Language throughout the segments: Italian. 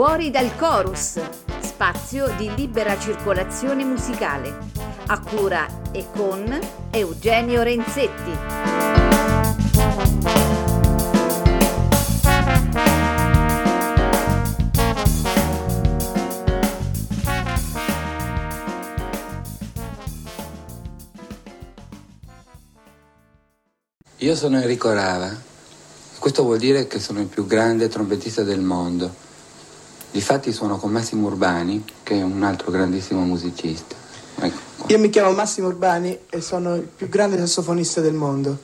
Fuori dal Chorus, spazio di libera circolazione musicale, a cura e con Eugenio Renzetti. Io sono Enrico Rava, questo vuol dire che sono il più grande trombettista del mondo. Difatti suono con Massimo Urbani, che è un altro grandissimo musicista. Ecco. Io mi chiamo Massimo Urbani e sono il più grande sassofonista del mondo.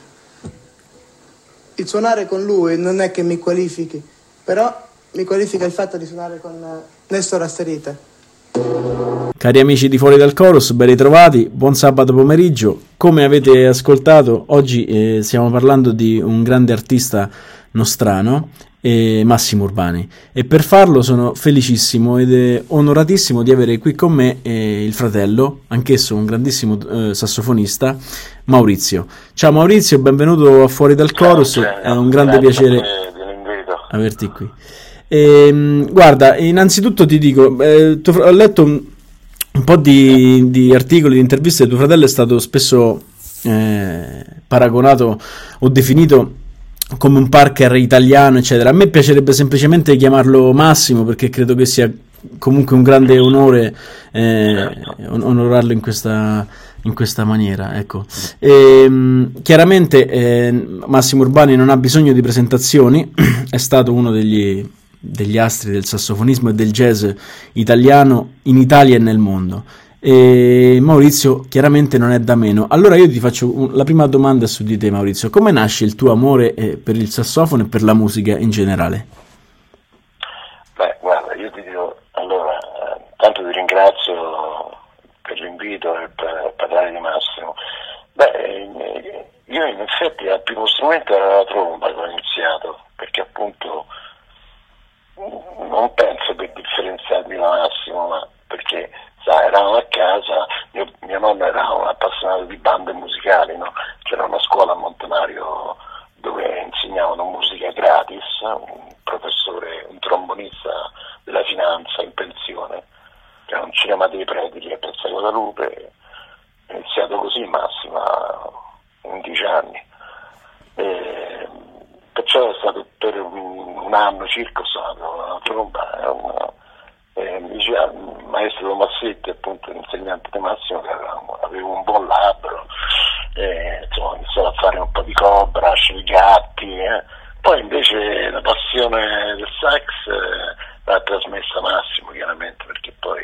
Il suonare con lui non è che mi qualifichi, però mi qualifica il fatto di suonare con Nestor Asterita. Cari amici di Fuori dal Chorus, ben ritrovati, buon sabato pomeriggio. Come avete ascoltato, oggi stiamo parlando di un grande artista nostrano, Massimo Urbani, e per farlo sono felicissimo ed onoratissimo di avere qui con me il fratello, anch'esso un grandissimo sassofonista, Maurizio. Ciao Maurizio, benvenuto a Fuori dal Chorus, è un grande piacere averti qui. Guarda, innanzitutto ti dico, ho letto un po' di articoli, di interviste. Tuo fratello è stato spesso paragonato o definito come un Parker italiano, eccetera. A me piacerebbe semplicemente chiamarlo Massimo, perché credo che sia comunque un grande onore onorarlo in questa maniera, ecco. Chiaramente Massimo Urbani non ha bisogno di presentazioni, è stato uno degli astri del sassofonismo e del jazz italiano in Italia e nel mondo, e Maurizio chiaramente non è da meno. Allora io ti faccio la prima domanda su di te, Maurizio: come nasce il tuo amore per il sassofono e per la musica in generale? Beh, guarda, io ti dico, allora, tanto ti ringrazio per l'invito e per parlare di Massimo. Beh, io in effetti al primo strumento era la tromba che ho iniziato, perché appunto non penso per differenziarmi da Massimo, ma perché, sai, eravamo a casa, mio nonno era un appassionato di bande musicali, no? C'era una scuola a Montemario dove insegnavano musica gratis, un professore, un trombonista della finanza in pensione, che era un cinema dei preti lì a Piazza Guadalupe. È iniziato così Massimo a 11 anni. Perciò è stato per un anno circa, ho suonato la tromba, mi diceva il maestro Tomassetti, appunto l'insegnante di Massimo, che avevo un buon labbro, insomma ho iniziato a fare un po' di cobra, i gatti, Poi invece la passione del sax l'ha trasmessa Massimo, chiaramente, perché poi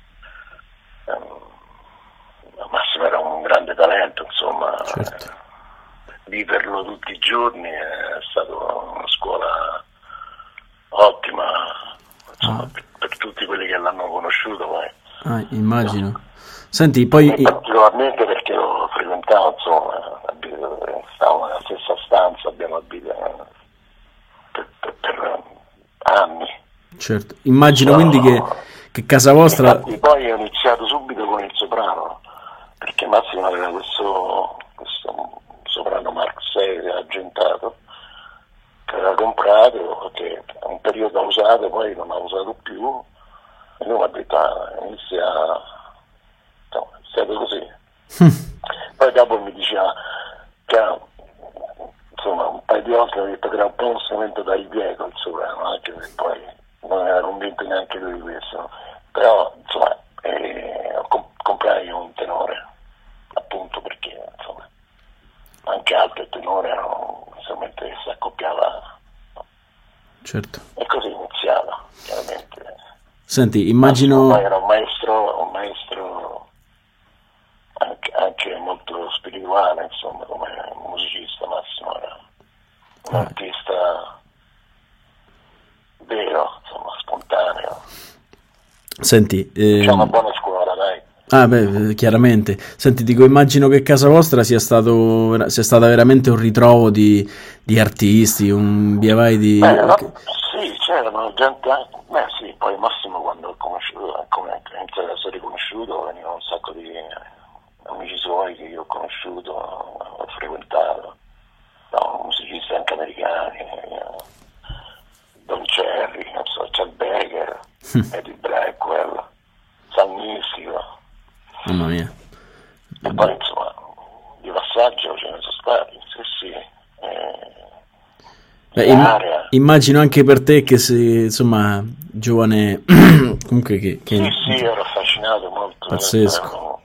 Massimo era un grande talento, insomma. Certo. Viverlo tutti i giorni è stata una scuola ottima, insomma, per tutti quelli che l'hanno conosciuto poi. Immagino. No. Senti, poi particolarmente perché lo frequentavo, insomma, stavamo nella stessa stanza, abbiamo abitato per anni. Certo, immagino quindi che casa vostra. Infatti poi ho iniziato subito con il soprano, perché Massimo aveva questo soprano Mark VI argentato che aveva comprato, che un periodo ha usato, poi non ha usato più, e lui mi ha detto inizia, no, è stato così. Poi dopo mi diceva che insomma un paio di volte mi ha detto che era un po' uno strumento da ripiego il soprano, anche se poi non era convinto neanche lui di questo, però insomma comprai un tenore, appunto perché insomma anche alto e tenore erano strumenti che si accoppiava, no? Certo. E così iniziava, chiaramente. Senti, immagino. Poi era un maestro anche molto spirituale, insomma, come musicista. Massimo era un artista vero, insomma, spontaneo. Senti, c'è una buona scuola, dai. Chiaramente. Senti, dico, immagino che casa vostra sia stata veramente un ritrovo di artisti, un via vai di. Sì, c'erano gente. Sì, poi Massimo quando ho conosciuto, come iniziato a essere riconosciuto, venivano un sacco di amici suoi che io ho conosciuto, ho frequentato, no, musicisti anche americani, Don Cherry, Chet Baker. Eddie Blackwell, Salmistico. Mamma mia. E poi insomma di passaggio ce ne sono stati, sì. Immagino anche per te che sei, insomma, giovane, comunque che sì, ero affascinato molto. Pazzesco.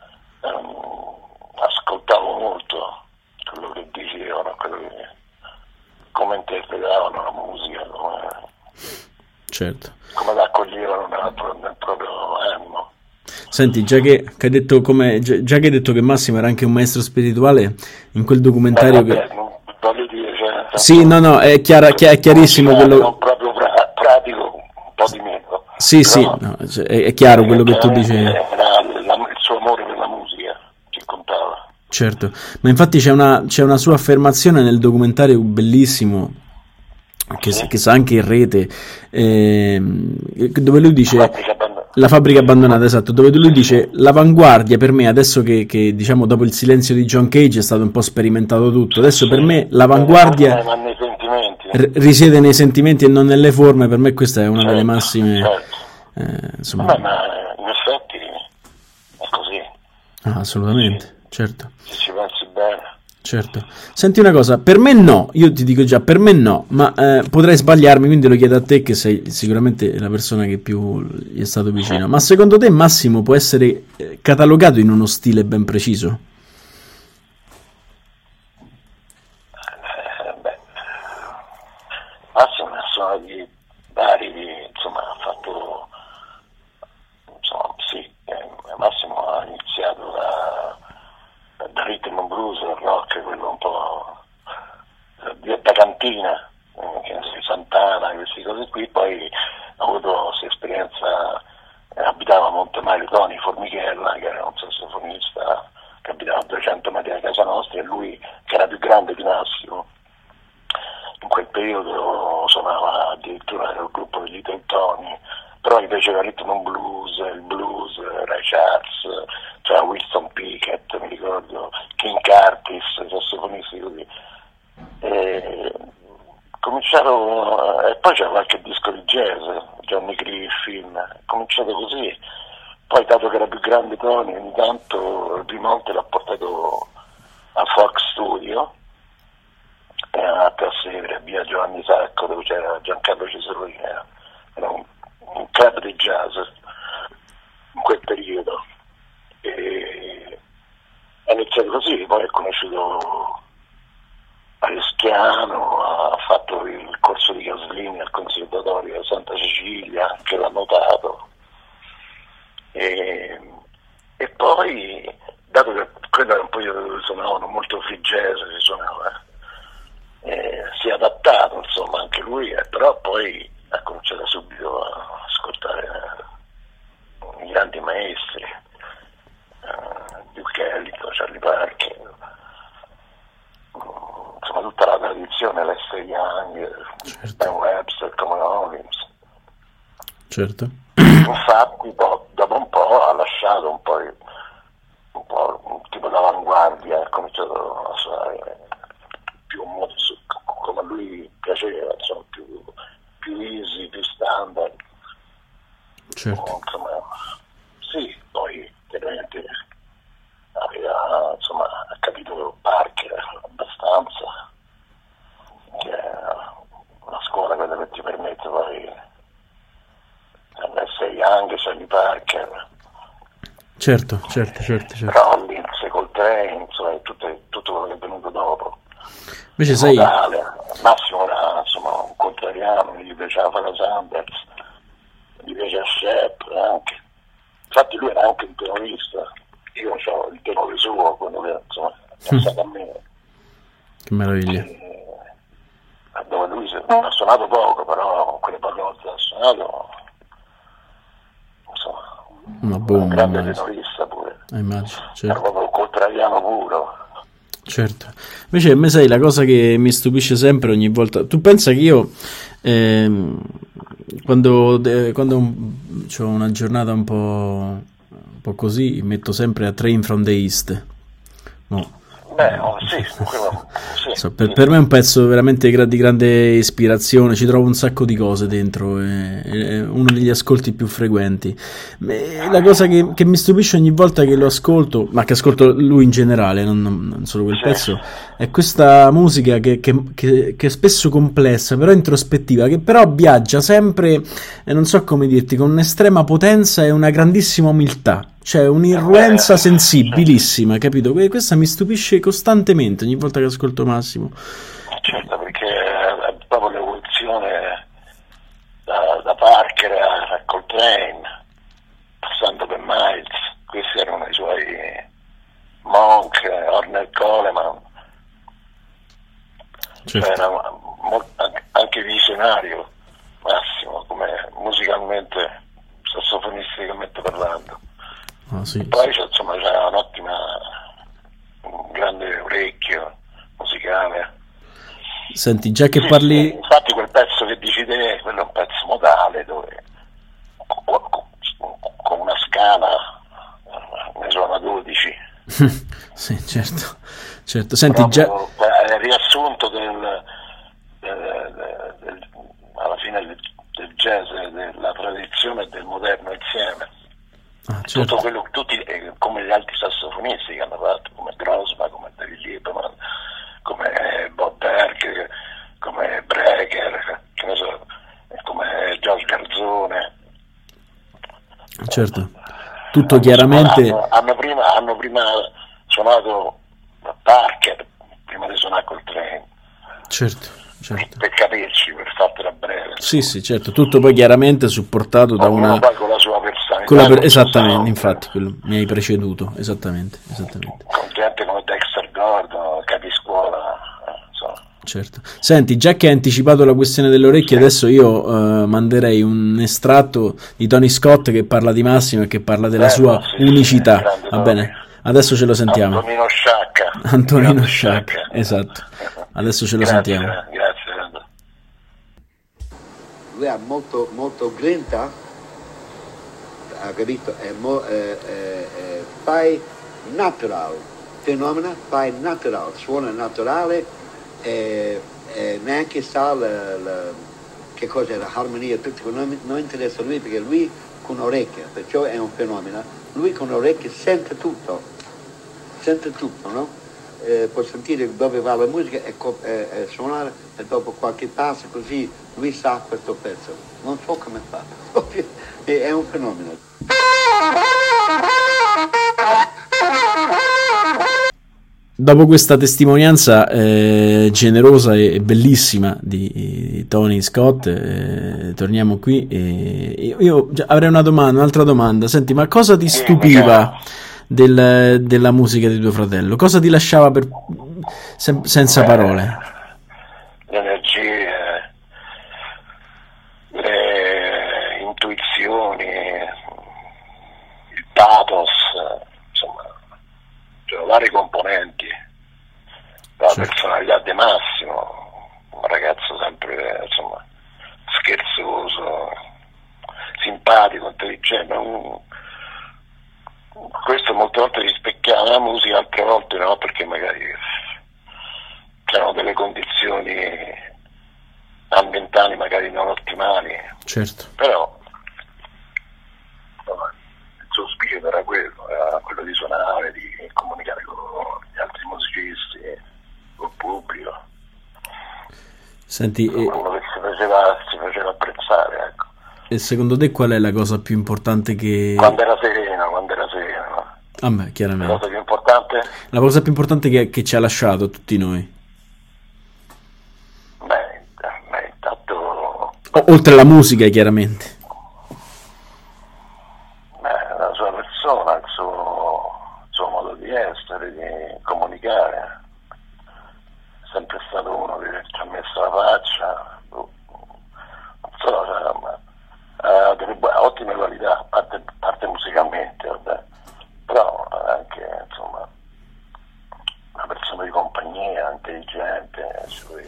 Ascoltavo molto quello che dicevano, come interpretavano la musica, certo, come la accoglievano nel proprio animo. Senti, già che hai detto già che hai detto che Massimo era anche un maestro spirituale, in quel documentario voglio dire, sì, no, è chiarissimo quello. Non proprio pratico, un po' di meno. Sì, no, è chiaro quello che tu dici. Il suo amore per la musica che contava. Certo, ma infatti c'è una sua affermazione nel documentario bellissimo che sta anche in rete, dove lui dice la fabbrica abbandonata, esatto, dove lui dice l'avanguardia per me, adesso che diciamo dopo il silenzio di John Cage è stato un po' sperimentato tutto, adesso per me l'avanguardia risiede nei sentimenti e non nelle forme. Per me questa è una delle massime, insomma. Ma in effetti è così. Assolutamente, certo. Se ci pensi bene. Certo. Senti una cosa, per me no, io ti dico già, per me no, ma potrei sbagliarmi, quindi lo chiedo a te che sei sicuramente la persona che più gli è stato vicino. Ma secondo te Massimo può essere catalogato in uno stile ben preciso? Massimo ne sono di vari, insomma, ha fatto, insomma, sì, Massimo ha iniziato da rhythm and blues, il rock, quello un po' da cantina, Santana, queste cose qui. Poi ha avuto questa esperienza, abitava a Montemario Toni Formichella, che era un sassofonista che abitava a 200 metri da casa nostra, e lui, che era più grande di Massimo, in quel periodo suonava addirittura nel gruppo degli Little Tony, però gli piaceva il rhythm and blues, il blues, Ray Charles, cioè Wilson Pickett, mi ricordo, King Curtis, sassofonisti così. Cominciato, e poi c'era qualche disco di jazz, Johnny Griffin, cominciato così. Poi, dato che era più grande Tony, ogni tanto, di volte l'ha portato a Fox Studio, a Trastevere, via Giovanni Sacco, dove c'era Giancarlo Ceseroni, era un club di jazz in quel periodo. E è iniziato così, poi è conosciuto Areschiano, ha fatto il corso di Gaslini al Conservatorio di Santa Cecilia, che l'ha notato, e poi, dato che quello era un periodo dove suonavano molto free jazz, si è adattato, insomma, anche lui, però poi ha cominciato subito a ascoltare i grandi maestri, Duke Ellington, Charlie Parker, insomma tutta la tradizione, Lester Young, Ben Webster, Coleman Hawkins. Certo. Infatti dopo un po' ha lasciato un po' un tipo d'avanguardia, ha cominciato a suonare più modo come a lui piaceva, insomma, più easy, più standard. Certo. Insomma, sì, poi chiaramente aveva, insomma, ha capito Parker abbastanza, che è una scuola quella che ti permette poi essere Young, Charlie Parker, certo. Rollins, Coltrane, insomma, tutto quello che è venuto dopo. Invece sai, Massimo era, insomma, un contrariano, gli piaceva Farah Sanders, gli piaceva Shep anche. Infatti lui era anche un tenorista, io ho il tenore suo, quello che, insomma, è passato a me. Che meraviglia. Dove lui ha suonato poco, però quelle poche volte ha suonato, insomma, una bomba, un grande tenorista pure. Immagino, certo. Era proprio un contrariano puro. Certo. Invece a me, sai, la cosa che mi stupisce sempre ogni volta, tu pensa che io quando ho una giornata un po' così, metto sempre A Train from the East, no? Sì, quello, sì, Per me è un pezzo veramente di grande ispirazione, ci trovo un sacco di cose dentro, è uno degli ascolti più frequenti. La cosa che mi stupisce ogni volta che lo ascolto, ma che ascolto lui in generale, non solo quel pezzo, è questa musica che è spesso complessa, però introspettiva, che però viaggia sempre, non so come dirti, con un'estrema potenza e una grandissima umiltà. C'è un'irruenza sensibilissima, capito? Questa mi stupisce costantemente ogni volta che ascolto Massimo. Certo, perché è proprio l'evoluzione da Parker a Coltrane, passando per Miles. Questi erano i suoi Monk, Ornette Coleman. Certo. Cioè era anche visionario Massimo, come musicalmente, sassofonisticamente parlando. Sì, Poi c'è un grande orecchio musicale. Senti, già che parli... Infatti quel pezzo che dici te, quello è un pezzo modale dove con una scala ne suona 12. Sì, certo. Senti, proprio, è il riassunto alla fine del jazz, della tradizione e del moderno insieme. Certo. Tutto quello, tutti come gli altri sassofonisti che hanno fatto, come Grossman, come David Lieberman, come Bob Berg, come Brecker, che ne so, come George Garzone. Certo, tutto chiaramente... Hanno prima suonato Parker, prima di suonare Coltrane. Certo. Per capirci, per fartela breve. Sì, certo, tutto poi chiaramente supportato da una... Poi con la sua personalità. Esattamente, infatti, mi hai preceduto, esattamente. Con gente come Dexter Gordon, capiscuola, insomma. Certo. Senti, già che hai anticipato la questione delle orecchie, adesso io manderei un estratto di Tony Scott che parla di Massimo e che parla della sua unicità, va bene? Adesso ce lo sentiamo. Antonino Sciacca, esatto. Adesso ce lo sentiamo. Grazie. Lui ha molto grinta, ha capito? Fai natural, fenomeno, fai natural, suona naturale, neanche sa che cosa è l'armonia, tutto, non interessa a lui perché lui con orecchie, perciò è un fenomeno, lui con orecchie sente tutto, no? Può sentire dove va la musica e suonare e dopo qualche passo così lui sa questo pezzo, non so come fa, è un fenomeno. Dopo questa testimonianza generosa e bellissima di Tony Scott, torniamo qui e io avrei un'altra domanda. Senti, ma cosa ti stupiva della musica di tuo fratello? Cosa ti lasciava senza parole? Le energie, le intuizioni, il pathos, insomma, c'erano vari componenti. La personalità di Massimo, un ragazzo sempre, insomma, scherzoso, simpatico, intelligente. Questo molte volte rispecchiava la musica, altre volte no, perché magari c'erano delle condizioni ambientali magari non ottimali. Certo. Però il suo spirito era quello di suonare, di comunicare con gli altri musicisti, col pubblico. Senti, quello che si faceva apprezzare, ecco. E secondo te qual è la cosa più importante che... Quando era sereno. Ah beh, chiaramente. La cosa più importante? La cosa più importante che ci ha lasciato a tutti noi. Beh, intanto... Oltre alla musica, chiaramente. La sua persona, il suo modo di essere, di comunicare. È sempre stato uno che ci ha messo la faccia. Non so, ha delle ottime qualità, a parte musicalmente, vabbè. Però anche, insomma, una persona di compagnia, intelligente,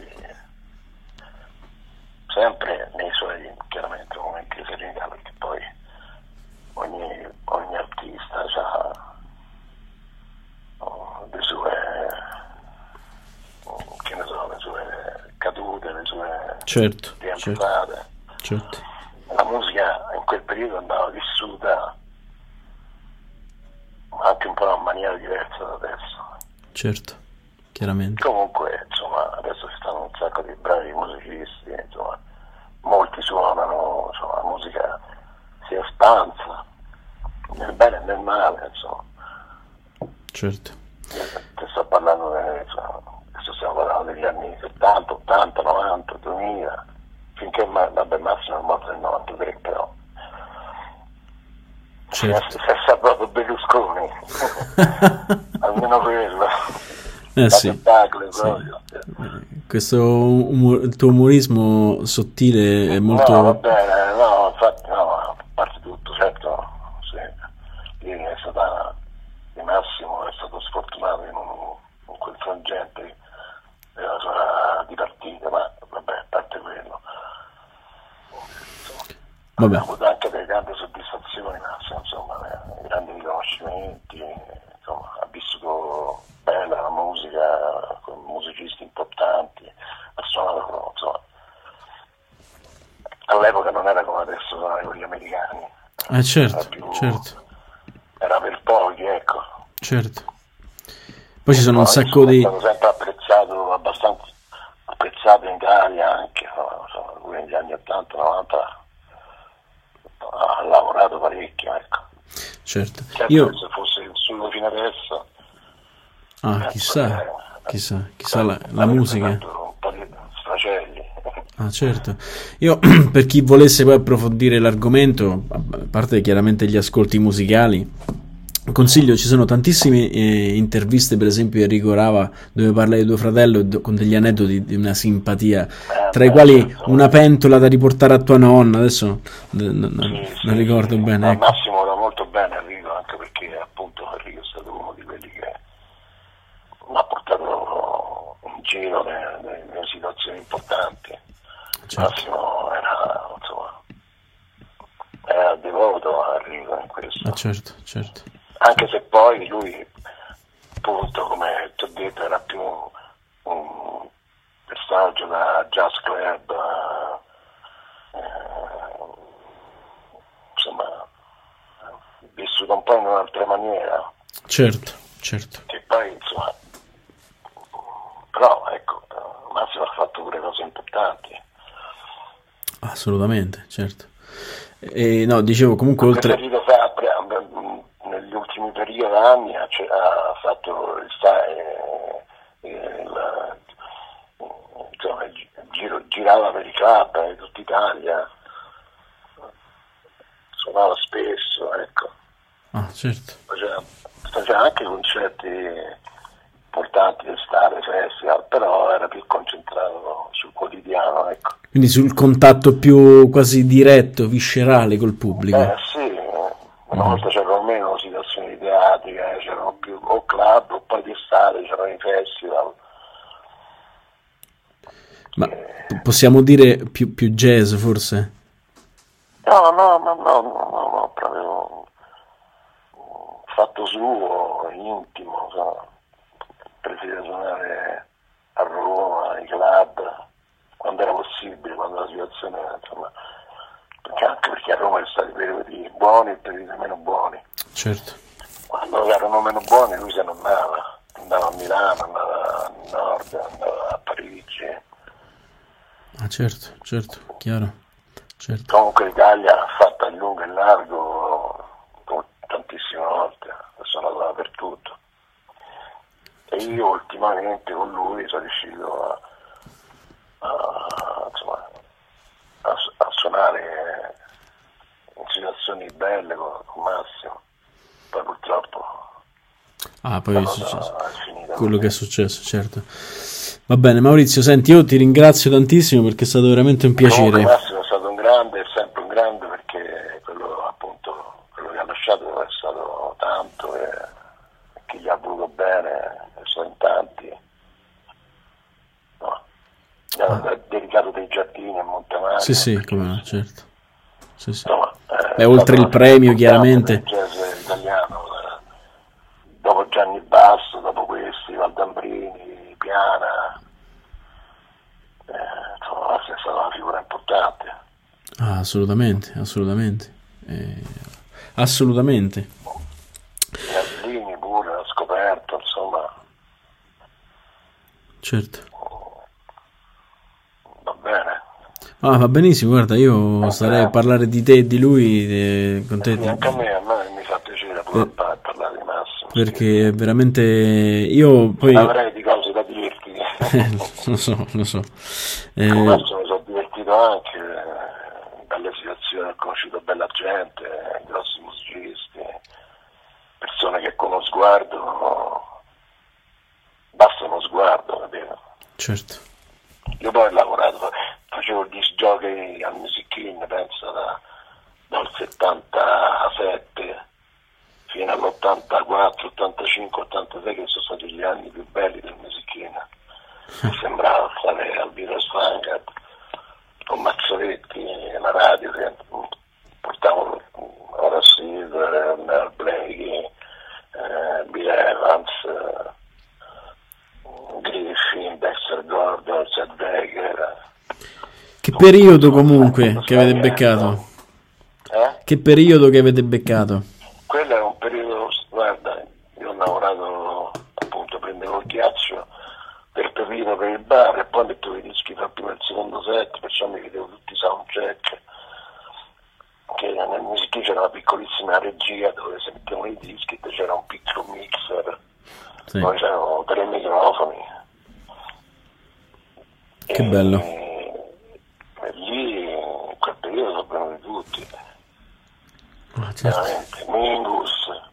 sempre nei suoi, chiaramente, momenti di serenità, perché poi ogni artista ha le sue certo, rialzate. certo, La musica in quel periodo andava vissuta anche un po' in maniera diversa da adesso. certo, chiaramente. Comunque, insomma, adesso ci stanno un sacco di bravi musicisti, insomma, molti suonano, insomma, la musica si è espansa, nel bene e nel male, insomma. Certo. Ti sto parlando, adesso stiamo parlando degli anni 70, 80, 90, 2000, finché vabbè, massimo è morto nel 93, però. Certo. Si è salvato Berlusconi, almeno quello. Sì. Spettacolo, Sì. proprio. Questo il tuo umorismo sottile è molto... No, va bene, no, infatti no, a parte tutto, certo, sì, ieri è stata di Massimo, è stato sfortunato in quel frangente della sua dipartita, ma vabbè, a parte quello. Vabbè. Ha avuto anche delle grandi soddisfazioni, Massimo, insomma, grandi riconoscimenti, insomma, ha vissuto bella la musica con musicisti importanti, ha suonato, insomma, all'epoca non era come adesso con gli americani, certo, certo, era per pochi, ecco. certo. Poi ci sono un sacco È di... stato sempre apprezzato, abbastanza apprezzato in Italia anche, insomma, lui negli anni 80-90 ha lavorato parecchio, ecco. Certo. Certo, Io... se fosse il suo fino adesso, chissà la musica. Un po' di sfracelli. Certo. Io, per chi volesse poi approfondire l'argomento, a parte chiaramente gli ascolti musicali, consiglio, ci sono tantissime interviste, per esempio Enrico Rava, dove parla di tuo fratello con degli aneddoti di una simpatia, tra i quali una pentola da riportare a tua nonna, adesso non ricordo bene. Ecco. Massimo era molto bene Enrico, anche perché appunto Enrico è stato uno di quelli che ha portato in giro nelle situazioni importanti. Certo. Massimo era, insomma, era devoto a Enrico in questo. Certo, certo. Anche se poi lui, appunto, come ti ho detto, era più un personaggio da jazz club, insomma, vissuto un po' in un'altra maniera. Certo, certo. Che poi, insomma, però, ecco, Massimo ha fatto pure cose importanti. Assolutamente, certo. E no, dicevo comunque oltre... Negli ultimi periodi, anni, ha fatto girava per i club in tutta Italia, suonava spesso, ecco. Certo. Faceva anche concerti importanti d'estate, festival, però era più concentrato sul quotidiano, ecco. Quindi sul contatto più quasi diretto, viscerale col pubblico. Sì, una volta c'erano meno situazioni teatriche, c'erano più o club, o poi d'estate c'erano i festival. Ma possiamo dire più jazz forse? No, proprio fatto suo, intimo, insomma. Preferire suonare a Roma, ai club, quando era possibile, quando la situazione, insomma, anche perché a Roma ci stati periodi buoni e periodi meno buoni. Certo. Quando erano meno buoni lui se ne andava a Milano, andava a Nord, andava a Parigi. Certo, chiaro. Certo. Comunque l'Italia l'ha fatta in lungo e largo tantissime volte, sono andato dappertutto. E io ultimamente con lui sono riuscito a suonare in situazioni belle con Massimo. Poi purtroppo Poi è successo finita quello che è successo, certo. Va bene Maurizio, senti, io ti ringrazio tantissimo perché è stato veramente un piacere. Comunque Massimo è stato un grande, è sempre un grande, perché quello appunto, quello che ha lasciato è stato tanto e chi gli ha voluto bene sono in tanti. No. Gli ha dedicato dei giardini a Montemagno. Sì, come no, certo. Sì. Insomma, oltre il premio chiaramente. Il jazz italiano, dopo Gianni Basso, dopo questi, Valdambrini, Piana, insomma, è stata una figura importante. Ah, assolutamente, assolutamente. Assolutamente. Gaslini pure l'ho scoperto, insomma. Certo. Va bene. Ah, va benissimo, guarda, io starei a parlare di te e di lui con te. Anche a me mi fa piacere pure parlare di Massimo. Perché veramente io poi... avrei di cose da dirti. Lo so. Con Massimo mi sono divertito anche, belle situazioni, ho conosciuto bella gente, grossi musicisti, persone che con uno sguardo, basta uno sguardo, capito? Certo. Io poi ho lavorato, facevo il disc jockey al Music Inn, penso dal 77 fino all'84, 85, 86, che sono stati gli anni più belli del Music Inn. Mi sembrava stare al Virus Vanguard con Mazzoletti, la radio, che portavano Horace Silver, Mel Blakey, Bill Evans, Griffin, Dexter Gordon, Chet Baker. Che periodo comunque che avete beccato? Che periodo che avete beccato? Quello è un periodo, guarda, io ho lavorato, appunto, prendevo il ghiaccio per Pepino per il bar e poi mettevo i dischi fra il primo e il secondo set, perciò mi vedevo tutti i soundcheck, che nel Music c'era una piccolissima regia dove si mettevano i dischi e c'era un piccolo mixer, Sì. poi c'erano 3 microfoni. Che bello. E lì in quel periodo sono venuti tutti, Ah, certo. veramente, Mingus,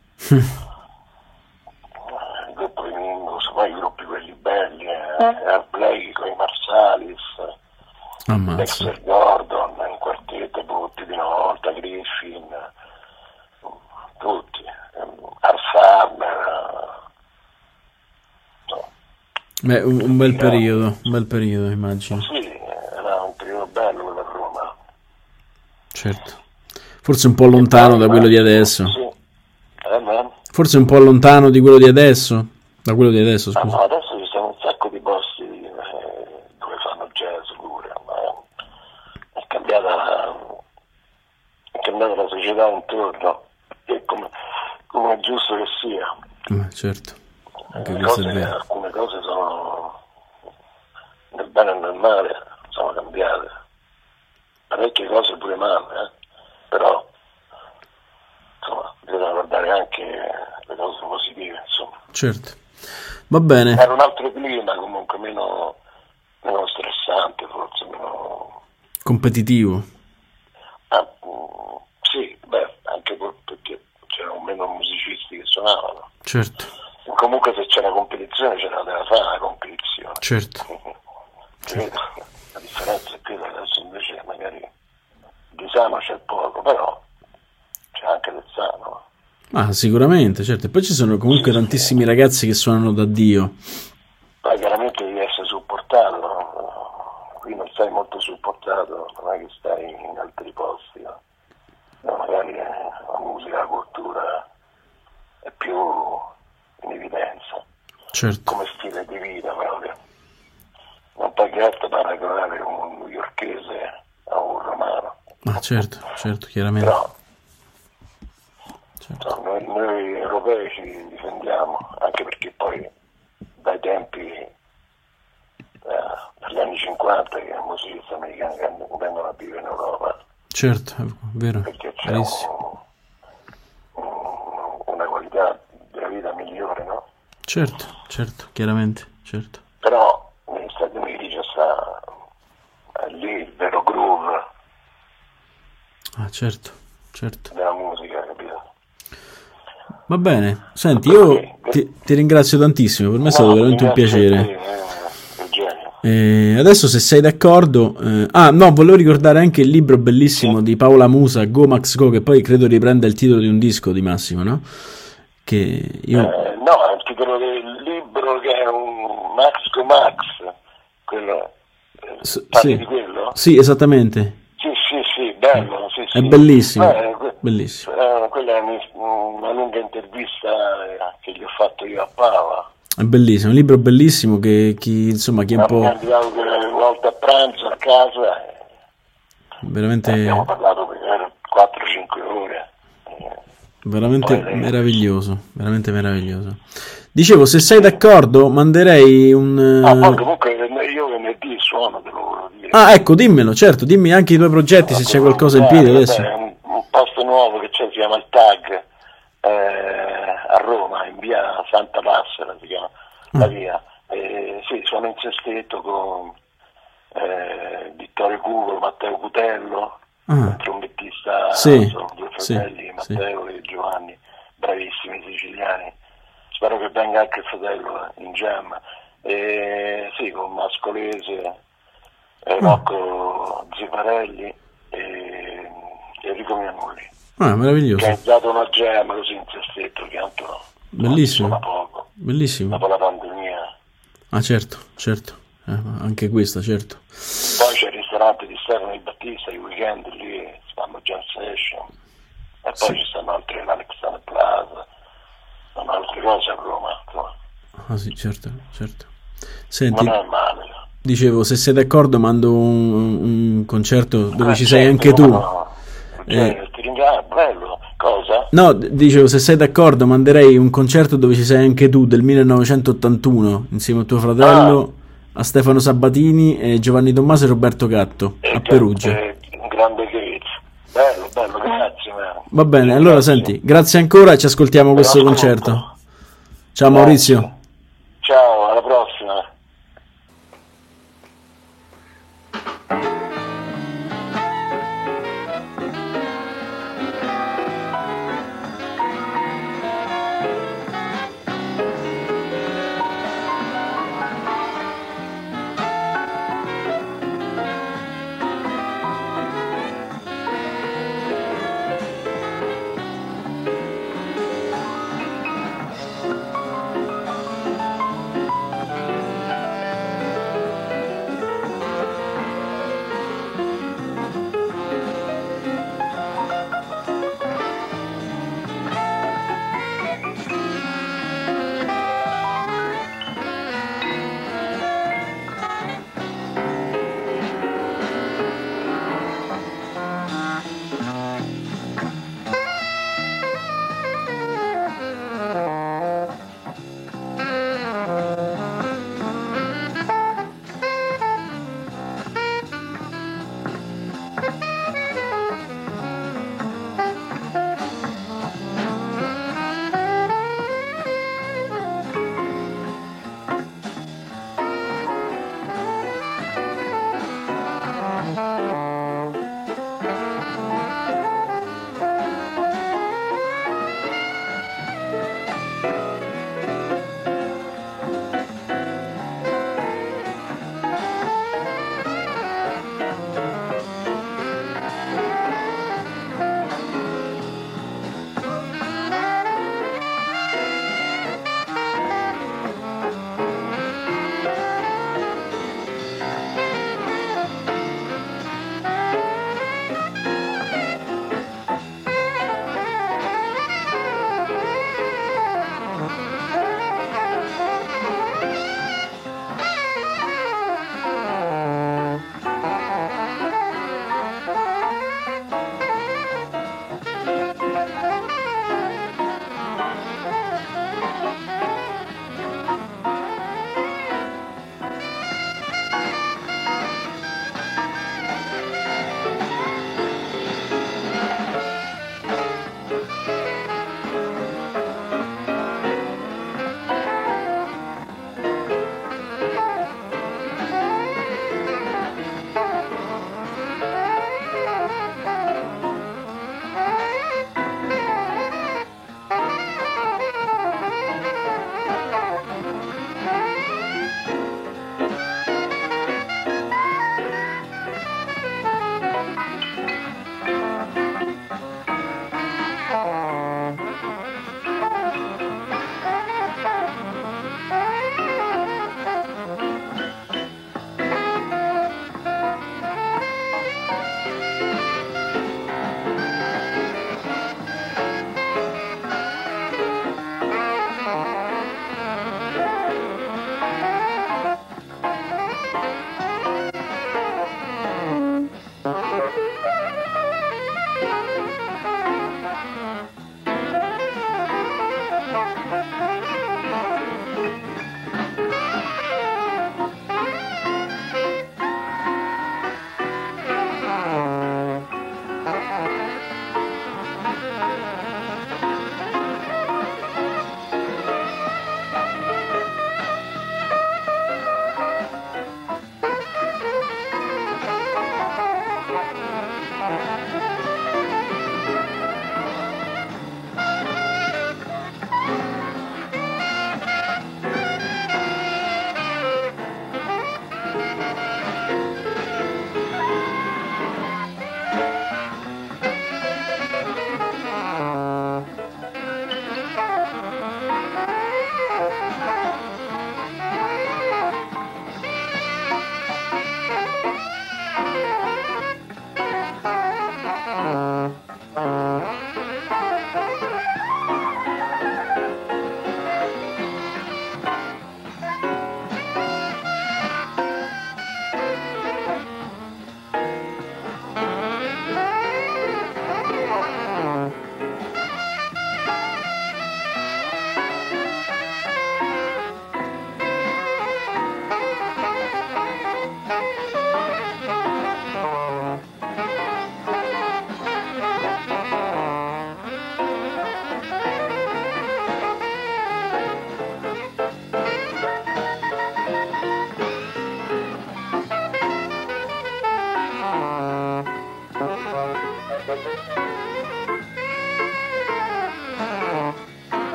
il gruppo di Mingus, poi i gruppi quelli belli, Blakey con i Marsalis, Ammazza. Dexter Gordon in quartetto, tutti di una volta, Griffin, tutti, Art Farmer, no. Beh, un bel periodo, immagino. Sì, era un periodo bello quello a Roma. Certo. Forse un po' lontano da quello di adesso. Sì. Forse un po' lontano di quello di adesso. Da quello di adesso, Ah, scusa. no, adesso ci sono un sacco di posti dove fanno jazz pure, ma è cambiata la società intorno, e come è giusto che sia. Certo. Anche questo è vero. Alcune cose sono nel bene e nel male, sono cambiate. Parecchie cose pure male, però insomma bisogna guardare anche le cose positive, insomma. Certo. Va bene. Era un altro clima, comunque meno stressante, forse meno... Competitivo. Sì, anche perché c'erano meno musicisti che suonavano. Certo. Comunque se c'era competizione c'era da fare la competizione. Certo. Certo. La differenza è che adesso invece magari di sano c'è poco, però c'è anche del sano. Ah, sicuramente, certo. E poi ci sono comunque tantissimi ragazzi che suonano da Dio. Poi chiaramente devi essere supportato, no? Qui non sei molto supportato, non è che stai in altri posti, no? Magari la musica, la cultura è più in evidenza, Certo. come stile di vita proprio. Non puoi certo paragonare un newyorkese a un romano. Ah, certo, chiaramente. Però Certo. noi europei ci difendiamo, anche perché poi dai tempi dagli anni 50 che i musicisti americani vengono a vivere in Europa, Certo, è vero. perché c'è Verissimo. una qualità della vita migliore, no? Certo, chiaramente, certo. Però negli Stati Uniti c'è sta lì il vero groove Ah, certo. della musica, capito? Va bene. Senti, io ti ringrazio tantissimo, per me è stato veramente un piacere. Adesso se sei d'accordo, volevo ricordare anche il libro bellissimo di Paola Musa, Go Max Go, che poi credo riprenda il titolo di un disco di Massimo, no? Che io... No, è il titolo del libro, che è un Max Go Max, quello, parli sì. di quello? Sì, esattamente. Sì, bello, sì. È bellissimo, bellissimo. Quella è una lunga intervista che gli ho fatto io a Paola. È bellissimo, un libro bellissimo che chi è un Mi ha po'... invitato una volta a pranzo a casa e Veramente, abbiamo parlato per 4-5 ore. veramente Poi meraviglioso, veramente meraviglioso. Dicevo, se sei d'accordo, manderei poi comunque io venerdì suono, te lo volevo dire. Ah, ecco, dimmelo, certo, dimmi anche i tuoi progetti, se c'è qualcosa in piedi adesso. Un posto nuovo che c'è, si chiama il TAG, a Roma, in via Santa Passera, si chiama la via. Sì, sono in sestetto con Vittorio Cugo, Matteo Cutello, un trombettista, Sì, sono due sì, fratelli, Matteo e Giovanni, bravissimi siciliani. Spero che venga anche il fratello in jam. Sì, con Mascolese, Rocco Ziparelli e Enrico Mianulli. Ah, meraviglioso. Che ha dato una jam così in sestetto, che tanto Bellissimo. suona poco. Bellissimo. Dopo la pandemia. Ah, certo, certo. Anche questa, certo. Poi c'è il ristorante di Stefano Di Battista, i weekend lì si fanno jam session. E poi ci stanno altre, l'Alexander Plaza, sono altre cose a Roma, insomma. Ah sì, certo, certo. Senti, Non è male. dicevo, se sei d'accordo mando un concerto dove ci sei Certo, anche tu. no. Ti ringrazio, bello. Cosa? No, dicevo, se sei d'accordo manderei un concerto dove ci sei anche tu del 1981 insieme a tuo fratello, a Stefano Sabatini e Giovanni Tommaso e Roberto Gatto a Perugia. Un grande Gates. Bello, bello, grazie. Va bene, allora Grazie. senti, grazie ancora e ci ascoltiamo questo ascolto. concerto. Ciao Grazie. Maurizio. Ciao, alla prossima.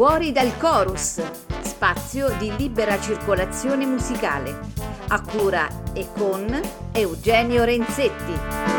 Fuori dal chorus, spazio di libera circolazione musicale, a cura e con Eugenio Renzetti.